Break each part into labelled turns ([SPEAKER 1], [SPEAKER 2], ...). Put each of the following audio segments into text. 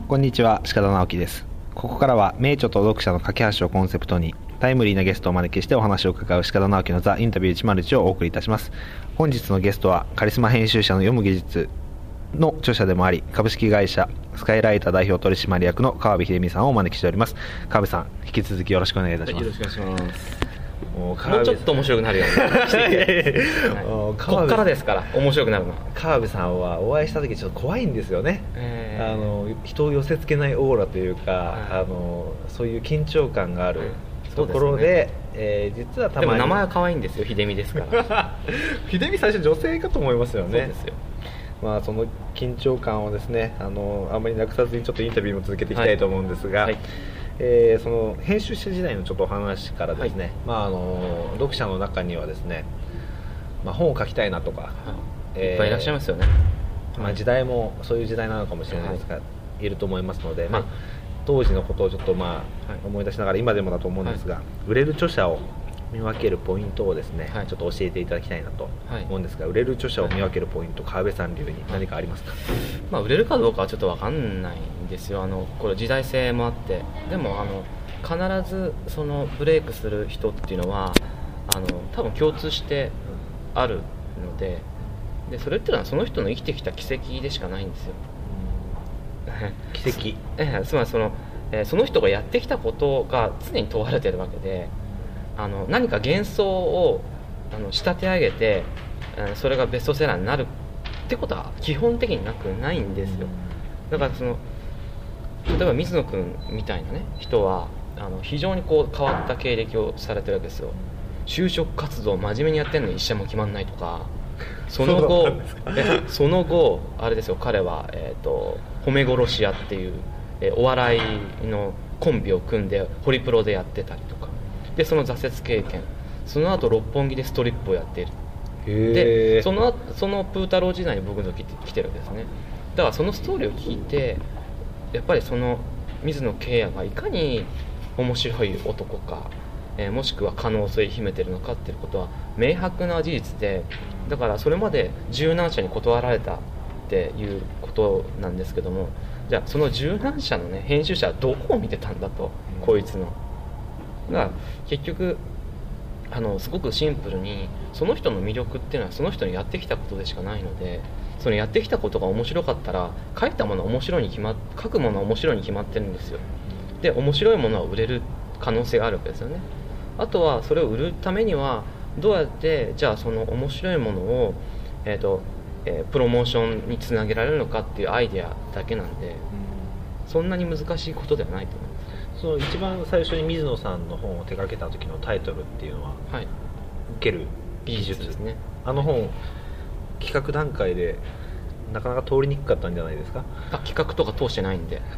[SPEAKER 1] こんにちは、鹿田直樹です。ここからは名著と読者の架け橋をコンセプトにタイムリーなゲストをお招きしてお話を伺う鹿田直樹のザ・インタビュー101をお送りいたします。本日のゲストはカリスマ編集者の読む技術の著者でもあり、株式会社スカイライター代表取締役の川辺秀美さんをお招きしております。川辺さん、引き続きよろしくお願いいたします。
[SPEAKER 2] よろしくお願いします。
[SPEAKER 1] も
[SPEAKER 2] うちょっと面白くなるよねこっからですから面白くなるの。
[SPEAKER 1] 川辺さんはお会いした時ちょっと怖いんですよね、人を寄せ付けないオーラというか、そういう緊張感があるところで、実はたまに
[SPEAKER 2] でも名前は可愛いんですよ。秀美ですから
[SPEAKER 1] 秀美最初女性かと思いますよね。
[SPEAKER 2] そうですよ。
[SPEAKER 1] その緊張感をですね、あんまりなくさずにちょっとインタビューも続けていきたいと思うんですが、その編集者時代のちょっとお話からですね、読者の中にはですね、本を書きたいなとか、
[SPEAKER 2] いっぱいいらっしゃいますよね。
[SPEAKER 1] 時代もそういう時代なのかもしれないですが、いると思いますので、当時のことをちょっと思い出しながら今でもだと思うんですが、売れる著者を見分けるポイントをですね、ちょっと教えていただきたいなと思うんですが、売れる著者を見分けるポイント、川辺さん流に何かありますか？
[SPEAKER 2] 売れるかどうかはちょっと分かんないんですよ。これ時代性もあって、でも必ずそのブレイクする人っていうのは多分共通してあるので、それっていうのはその人の生きてきた奇跡でしかないんですよ。
[SPEAKER 1] 奇跡
[SPEAKER 2] つまりその人がやってきたことが常に問われてるわけで、何か幻想を仕立て上げてそれがベストセラーになるってことは基本的にないんですよ。だから例えば水野君みたいなね人は非常に変わった経歴をされてるわけですよ。就職活動を真面目にやってるのに一社も決まんないとか、その後あれですよ、彼は、褒め殺し屋っていう、お笑いのコンビを組んでホリプロでやってたりとかで、その挫折経験、その後六本木でストリップをやっている。でそのプー太郎時代に僕の来てるわけですね。だからそのストーリーを聞いて、やっぱりその水野敬也がいかに面白い男か、もしくは可能性を秘めてるのかっていうことは明白な事実で、だからそれまで十何社に断られたっていうことなんですけども、じゃあその十何社のね編集者はどこを見てたんだと、こいつのが結局すごくシンプルにその人の魅力っていうのはその人にやってきたことでしかないので、そのやってきたことが面白かったら書いたものは面白いに書くものは面白いに決まってるんですよ。で面白いものは売れる可能性があるわけですよね。あとはそれを売るためにはどうやってじゃあその面白いものを、プロモーションにつなげられるのかっていうアイデアだけなんで、そんなに難しいことではないと思います。
[SPEAKER 1] その一番最初に水野さんの本を手掛けた時のタイトルっていうのは、受ける技術
[SPEAKER 2] ですね。
[SPEAKER 1] 本企画段階でなかなか通りにくかったんじゃないですか？
[SPEAKER 2] 企画とか通してないんで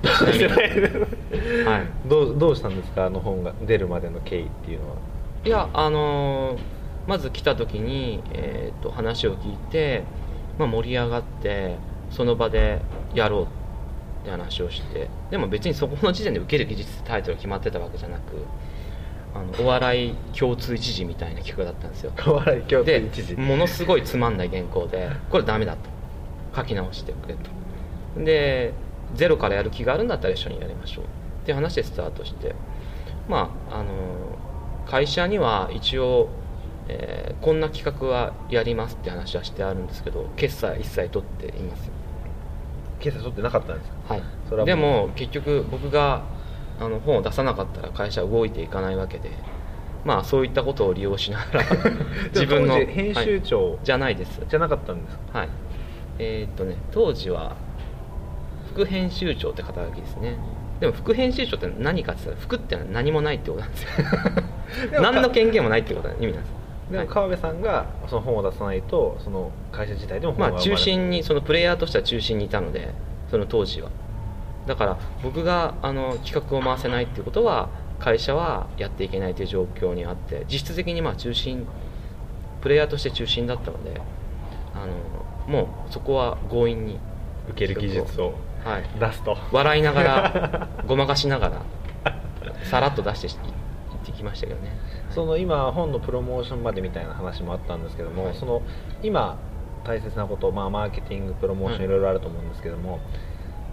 [SPEAKER 1] どうしたんですか？本が出るまでの経緯っていうのは。
[SPEAKER 2] いや、まず来た時に、話を聞いて、盛り上がってその場でやろうって話をして、でも別にそこの時点で受ける技術ってタイトルが決まってたわけじゃなく、お笑い共通一時みたいな企画だったんですよ。
[SPEAKER 1] お笑い共通一時
[SPEAKER 2] でものすごいつまんない原稿で、これダメだと、書き直してくれと。でゼロからやる気があるんだったら一緒にやりましょうって話でスタートして、会社には一応、こんな企画はやりますって話はしてあるんですけど、決済一切取っていますよ。
[SPEAKER 1] 決済取ってなかったんですか？
[SPEAKER 2] はい。それはでも結局僕が本を出さなかったら会社は動いていかないわけで、そういったことを利用しながら自分の
[SPEAKER 1] 編集長、
[SPEAKER 2] じゃないです。
[SPEAKER 1] じゃなかったんですか？
[SPEAKER 2] はい。当時は副編集長って肩書きですね。でも副編集長って何かって言ったら、副ってのは何もないってことなんですよ何の権限もないってことは意味なんです。
[SPEAKER 1] でも川辺さんがその本を出さないと、その会社自体でも本が
[SPEAKER 2] 中心に、そのプレイヤーとしては中心にいたので、その当時は。だから僕が企画を回せないっていうことは会社はやっていけないという状況にあって、実質的に中心、プレイヤーとして中心だったので、もうそこは強引に
[SPEAKER 1] 受ける技術を出すと、
[SPEAKER 2] 笑いながらごまかしながらさらっと出していってきましたけどね。
[SPEAKER 1] その今本のプロモーションまでみたいな話もあったんですけども、その今大切なこと、マーケティングプロモーションいろいろあると思うんですけども、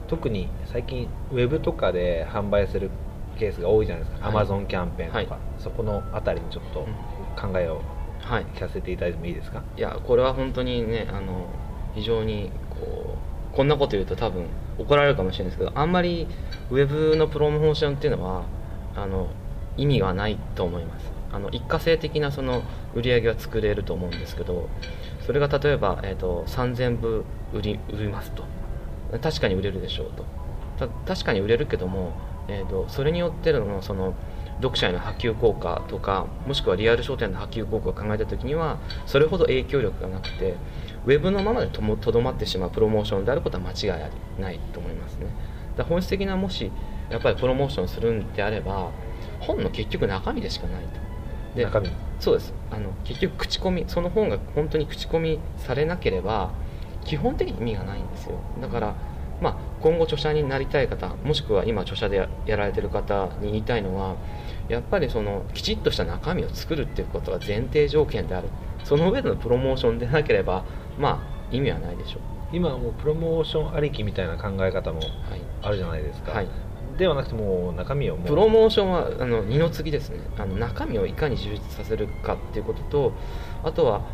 [SPEAKER 1] 特に最近ウェブとかで販売するケースが多いじゃないですか、
[SPEAKER 2] はい、
[SPEAKER 1] Amazon キャンペーンとか、はい、そこのあたりにちょっと考えを聞かせていただいてもいいですか？
[SPEAKER 2] いやこれは本当にね非常にこんなこと言うと多分怒られるかもしれないですけど、あんまりウェブのプロモーションっていうのは意味がないと思います。一過性的なその売り上げは作れると思うんですけど、それが例えば、3000部売りますと、確かに売れるでしょうと、確かに売れるけども、それによってのその読者への波及効果とか、もしくはリアル書店の波及効果を考えたときにはそれほど影響力がなくて、ウェブのままでとどまってしまうプロモーションであることは間違いないと思いますね。だから本質的なもしやっぱりプロモーションするんであれば、本の結局中身でしかないと。で
[SPEAKER 1] 中身、
[SPEAKER 2] そうです。結局口コミ、その本が本当に口コミされなければ基本的に意味がないんですよ。だから、今後著者になりたい方、もしくは今著者でやられている方に言いたいのは、やっぱりそのきちっとした中身を作るっていうことが前提条件である。その上でのプロモーションでなければ意味はないでしょう。
[SPEAKER 1] 今はもうプロモーションありきみたいな考え方もあるじゃないですか、はい、ではなくてもう中身を
[SPEAKER 2] プロモーションは二の次ですね。中身をいかに充実させるかっていうことと、あとは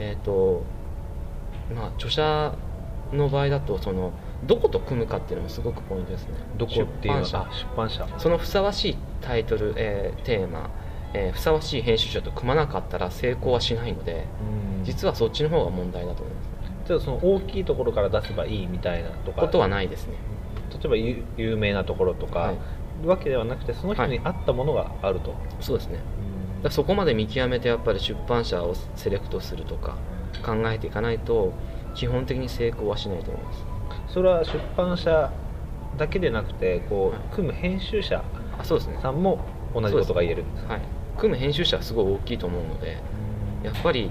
[SPEAKER 2] 著者の場合だとどこと組むかっていうのもすごくポイントですね。
[SPEAKER 1] どこっていうのは出版社、
[SPEAKER 2] そのふさわしいタイトル、テーマ、ふさわしい編集者と組まなかったら成功はしないので、実はそっちの方が問題だと思います。
[SPEAKER 1] じゃあその大きいところから出せばいいみたいなとか
[SPEAKER 2] ことはないですね。
[SPEAKER 1] 例えば有名なところとか、はい、わけではなくて、その人に合ったものがあると、はい、
[SPEAKER 2] そうですね。だそこまで見極めてやっぱり出版社をセレクトするとか考えていかないと基本的に成功はしないと思います。
[SPEAKER 1] それは出版社だけでなくて
[SPEAKER 2] はい、
[SPEAKER 1] 組む編集者
[SPEAKER 2] そうですね、
[SPEAKER 1] さんも同じことが言えるんです。
[SPEAKER 2] はい、組む編集者はすごい大きいと思うので、やっぱり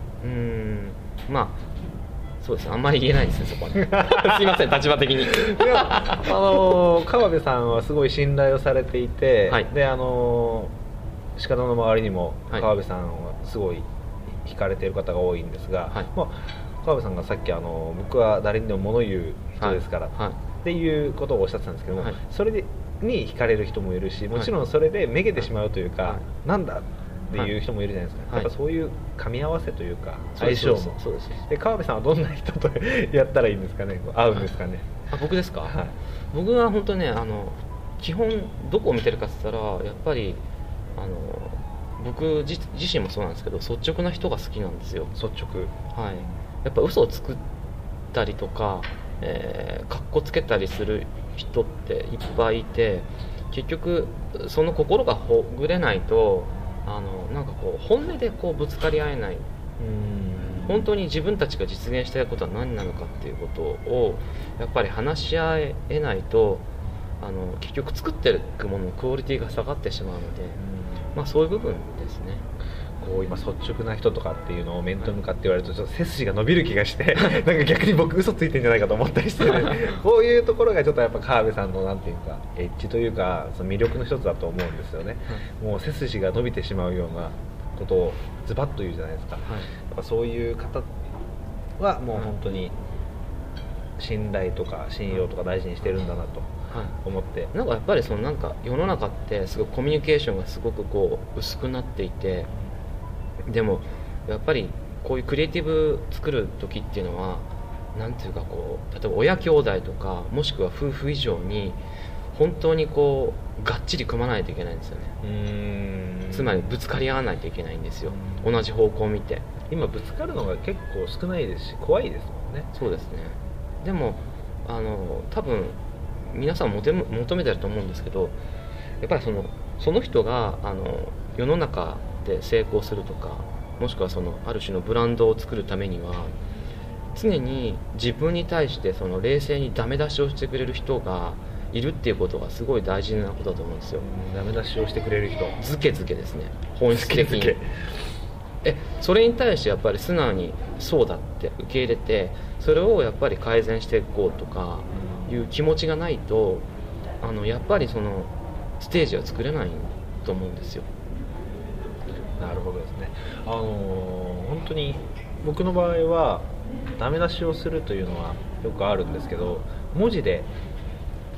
[SPEAKER 2] そうですね、あんまり言えないですね、そこはねすいません、立場的に
[SPEAKER 1] 川辺さんはすごい信頼をされていて、
[SPEAKER 2] はい、
[SPEAKER 1] で鹿田の周りにも川辺さんはすごい惹かれている方が多いんですが、はい、川辺さんがさっき僕は誰にでも物言う人ですから、はいはい、っていうことをおっしゃってたんですけども、はい、それに惹かれる人もいるし、もちろんそれでめげてしまうというか、はい、なんだっていう人もいるじゃないですか、はい、やっぱそういう噛み合わせというか、相性もそうです。で川辺さんはどんな人とやったらいいんですかね、合うんですかね。
[SPEAKER 2] 僕ですか、
[SPEAKER 1] はい、
[SPEAKER 2] 僕は本当ね基本どこを見てるかって言ったら、やっぱり僕自身もそうなんですけど、率直な人が好きなんですよ。
[SPEAKER 1] 率直、
[SPEAKER 2] はい、やっぱ嘘を作ったりとか、かっこつけたりする人っていっぱいいて、結局その心がほぐれないとなんか本音でぶつかり合えない。本当に自分たちが実現したいことは何なのかっていうことをやっぱり話し合えないと結局作っていくもののクオリティが下がってしまうので、そういう部分ですね。
[SPEAKER 1] 今率直な人とかっていうのを面と向かって言われるとちょっと背筋が伸びる気がしてなんか逆に僕嘘ついてんじゃないかと思ったりして、ね、こういうところがちょっとやっぱ川辺さんのなんていうかエッジというか、その魅力の一つだと思うんですよね、もう背筋が伸びてしまうようなことをズバッと言うじゃないですか、やっぱそういう方はもう本当に信頼とか信用とか大事にしてるんだなと思って、
[SPEAKER 2] なんかやっぱりなんか世の中ってすごいコミュニケーションがすごく薄くなっていて、でもやっぱりこういうクリエイティブ作る時っていうのはなんていうか例えば親兄弟とかもしくは夫婦以上に本当にがっちり組まないといけないんですよね。つまりぶつかり合わないといけないんですよ。同じ方向を見て。
[SPEAKER 1] 今ぶつかるのが結構少ないですし怖いですもんね。
[SPEAKER 2] そうですね。でも多分皆さん求めてると思うんですけど、やっぱりその人が世の中で成功するとか、もしくはある種のブランドを作るためには常に自分に対して冷静にダメ出しをしてくれる人がいるっていうことがすごい大事なことだと思うんですよ。
[SPEAKER 1] ダメ出しをしてくれる人、
[SPEAKER 2] ズケズケですね、本質的にそれに対してやっぱり素直にそうだって受け入れて、それをやっぱり改善していこうとかいう気持ちがないとやっぱりステージは作れないと思うんですよ。
[SPEAKER 1] なるほどですね。本当に僕の場合はダメ出しをするというのはよくあるんですけど、文字で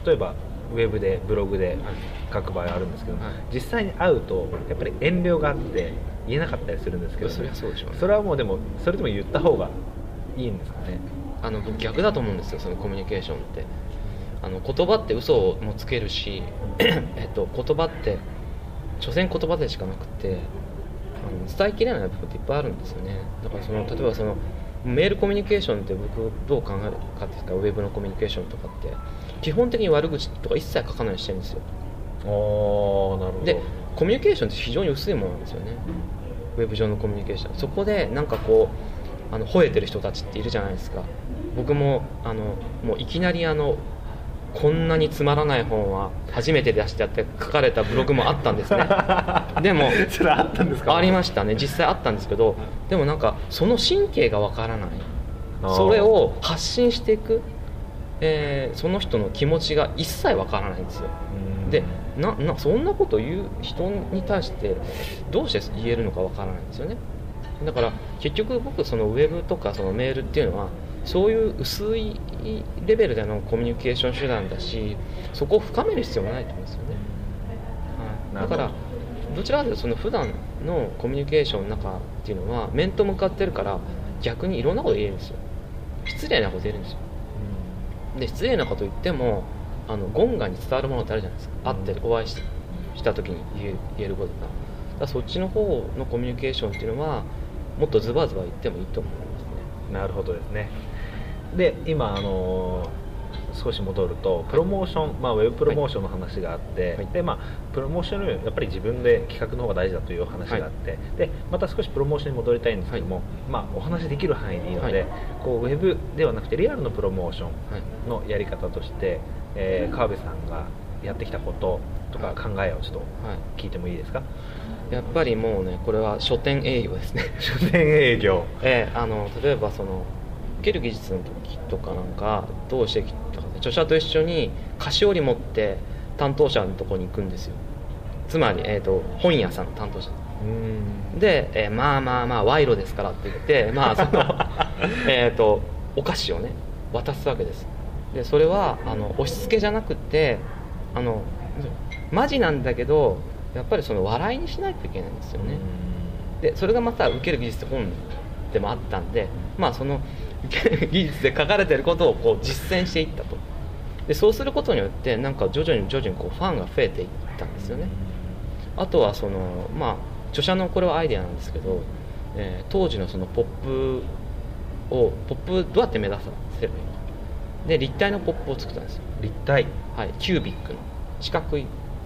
[SPEAKER 1] 例えばウェブでブログで書く場合はあるんですけど、はい、実際に会うとやっぱり遠慮があって言えなかったりするんですけど、
[SPEAKER 2] それはそうでしょうね。
[SPEAKER 1] それはもうでもそれでも言った方がいいんですかね。
[SPEAKER 2] 僕逆だと思うんですよ、そのコミュニケーションって。言葉って嘘もつけるし言葉って所詮言葉でしかなくて伝えきれない部分っていっぱいあるんですよね。だから例えばメールコミュニケーションって僕どう考えるかっていうか、ウェブのコミュニケーションとかって基本的に悪口とか一切書かないようにしてるんですよ。
[SPEAKER 1] なるほど。
[SPEAKER 2] でコミュニケーションって非常に薄いものなんですよね、ウェブ上のコミュニケーション。そこでなんかこう吠えてる人たちっているじゃないですか。僕ももういきなりこんなにつまらない本は初めて出してやって書かれたブログもあったんですねでも
[SPEAKER 1] それあったんですか？
[SPEAKER 2] ありましたね、実際あったんですけど、でもなんかその神経がわからない、それを発信していく、その人の気持ちが一切わからないんですよ。でそんなこと言う人に対してどうして言えるのかわからないんですよね。だから結局僕そのウェブとかそのメールっていうのはそういう薄いレベルでのコミュニケーション手段だし、そこを深める必要がないと思うんですよね、はい、だからどちらかというとその普段のコミュニケーションの中っていうのは面と向かってるから逆にいろんなこと言えるんですよ。失礼なこと言えるんですよ。で失礼なこと言っても言語に伝わるものってあるじゃないですか。会ってお会いした時に言えることが、だからそっちの方のコミュニケーションっていうのはもっとズバズバ言ってもいいと思いますね。
[SPEAKER 1] なるほどですね。で今少し戻るとプロモーション、ウェブプロモーションの話があって、はい、でプロモーションよりやっぱり自分で企画の方が大事だという話があって、はい、でまた少しプロモーションに戻りたいんですけども、はい、お話できる範囲でいいので、はい、こうウェブではなくてリアルのプロモーションのやり方として、川辺さんがやってきたこととか考えをちょっと聞いてもいいですか？
[SPEAKER 2] やっぱりもうね、これは書店営業ですね
[SPEAKER 1] 書店営業、
[SPEAKER 2] 例えば受ける技術の時とかなんかどうしてきたか、著者と一緒に菓子折り持って担当者のところに行くんですよ。つまり、本屋さんの担当者で、まあ賄賂ですからって言ってお菓子をね渡すわけです。でそれは押し付けじゃなくてマジなんだけどやっぱり笑いにしないといけないんですよね。でそれがまた受ける技術って本でもあったんで、その受ける技術で書かれていることをこう実践していったと。でそうすることによってなんか徐々にこうファンが増えていったんですよね。あとは著者のこれはアイデアなんですけど、当時のポップどうやって目指せばいいのかで立体のポップを作ったんですよ。
[SPEAKER 1] 立体、
[SPEAKER 2] はい、キュービックの四角い、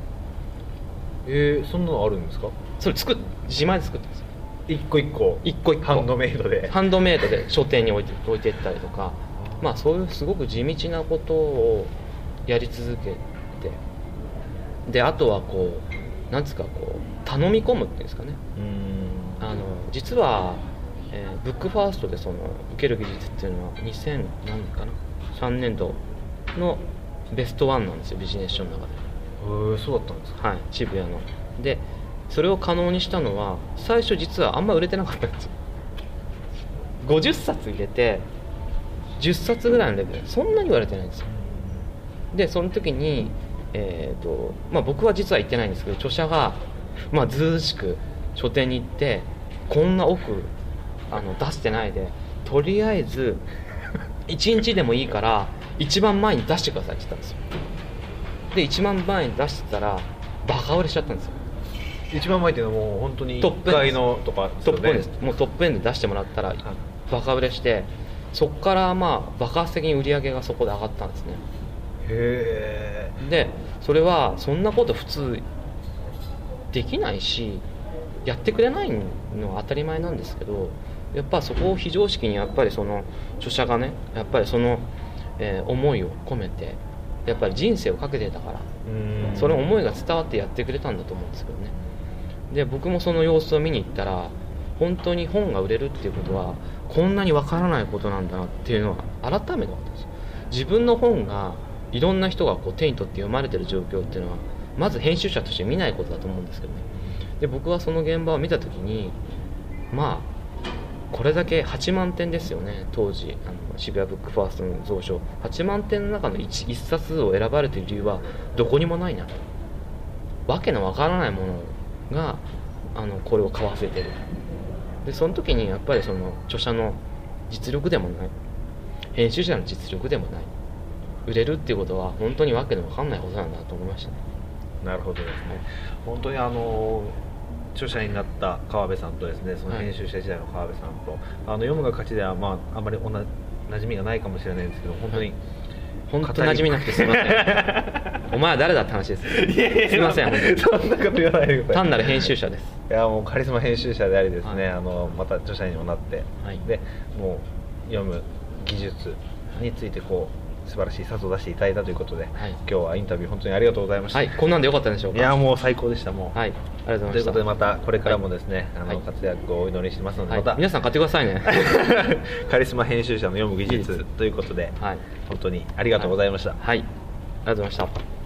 [SPEAKER 1] そんなのあるんですか？
[SPEAKER 2] それ自前で作ったんですよ。一個一個
[SPEAKER 1] ハンドメイドで
[SPEAKER 2] 書店に置いていったりとか、そういうすごく地道なことをやり続けて、であとはなんですか頼み込むっていうんですかね。実は、ブックファーストで受ける技術っていうのは2000何年かな3年度のベストワンなんですよ、ビジネス書の中で。
[SPEAKER 1] そうだったんですか？
[SPEAKER 2] はい、渋谷の。でそれを可能にしたのは最初実はあんま売れてなかったんですよ。50冊入れて10冊ぐらいのレベル、そんなに売れてないんですよ。でその時に、僕は実は行ってないんですけど、著者がずうずしく書店に行ってこんなオフ出してないでとりあえず1日でもいいから一番前に出してくださいって言ったんですよ。で一番前に出してたらバカ売れしちゃったんですよ。
[SPEAKER 1] 一番前っていうのはもう本当に1階のとかですよね。
[SPEAKER 2] トップです。もうトップエンドで出してもらったらバカ売れして、そこから爆発的に売り上げがそこで上がったんですね。
[SPEAKER 1] へー。
[SPEAKER 2] でそれはそんなこと普通できないしやってくれないのは当たり前なんですけど、やっぱそこを非常識にやっぱり著者がねやっぱり思いを込めてやっぱり人生をかけてたから、その思いが伝わってやってくれたんだと思うんですけどね。で僕もその様子を見に行ったら本当に本が売れるっていうことはこんなにわからないことなんだなっていうのは改めて思ったんです。自分の本がいろんな人が手に取って読まれてる状況っていうのはまず編集者として見ないことだと思うんですけどね。で僕はその現場を見た時にこれだけ8万点ですよね、当時渋谷ブックファーストの蔵書8万点の中の 1冊を選ばれている理由はどこにもないなと。わけのわからないものがこれを買わせてる。でその時にやっぱりその著者の実力でもない、編集者の実力でもない、売れるっていうことは本当にわけのわかんないことなんだと思いましたね。
[SPEAKER 1] なるほどですね。本当に著者になった川辺さんとですね、その編集者時代の川辺さんと、読むが勝ちでは、まあ、あんまり馴染みがないかもしれないんですけど、本当に、
[SPEAKER 2] 本当に馴染みなくてすみませんお前は誰だって話です。すみません、
[SPEAKER 1] そんなこと言わないでください。
[SPEAKER 2] 単なる編集者です。
[SPEAKER 1] いや、もうカリスマ編集者でありですね、また著者にもなって、でもう読む技術について素晴らしい冊を出していただいたということで、今日はインタビュー本当にありがとうございました。
[SPEAKER 2] こんなんでよかったんでしょうか。
[SPEAKER 1] いや、もう最高でした。もう、
[SPEAKER 2] ありがとうございました。
[SPEAKER 1] ということで、またこれからもですね、活躍をお祈りしてますので、また
[SPEAKER 2] 皆さん買ってくださいね
[SPEAKER 1] カリスマ編集者の読む技術ということで、本当にありがとうございました。
[SPEAKER 2] ありがとうございました。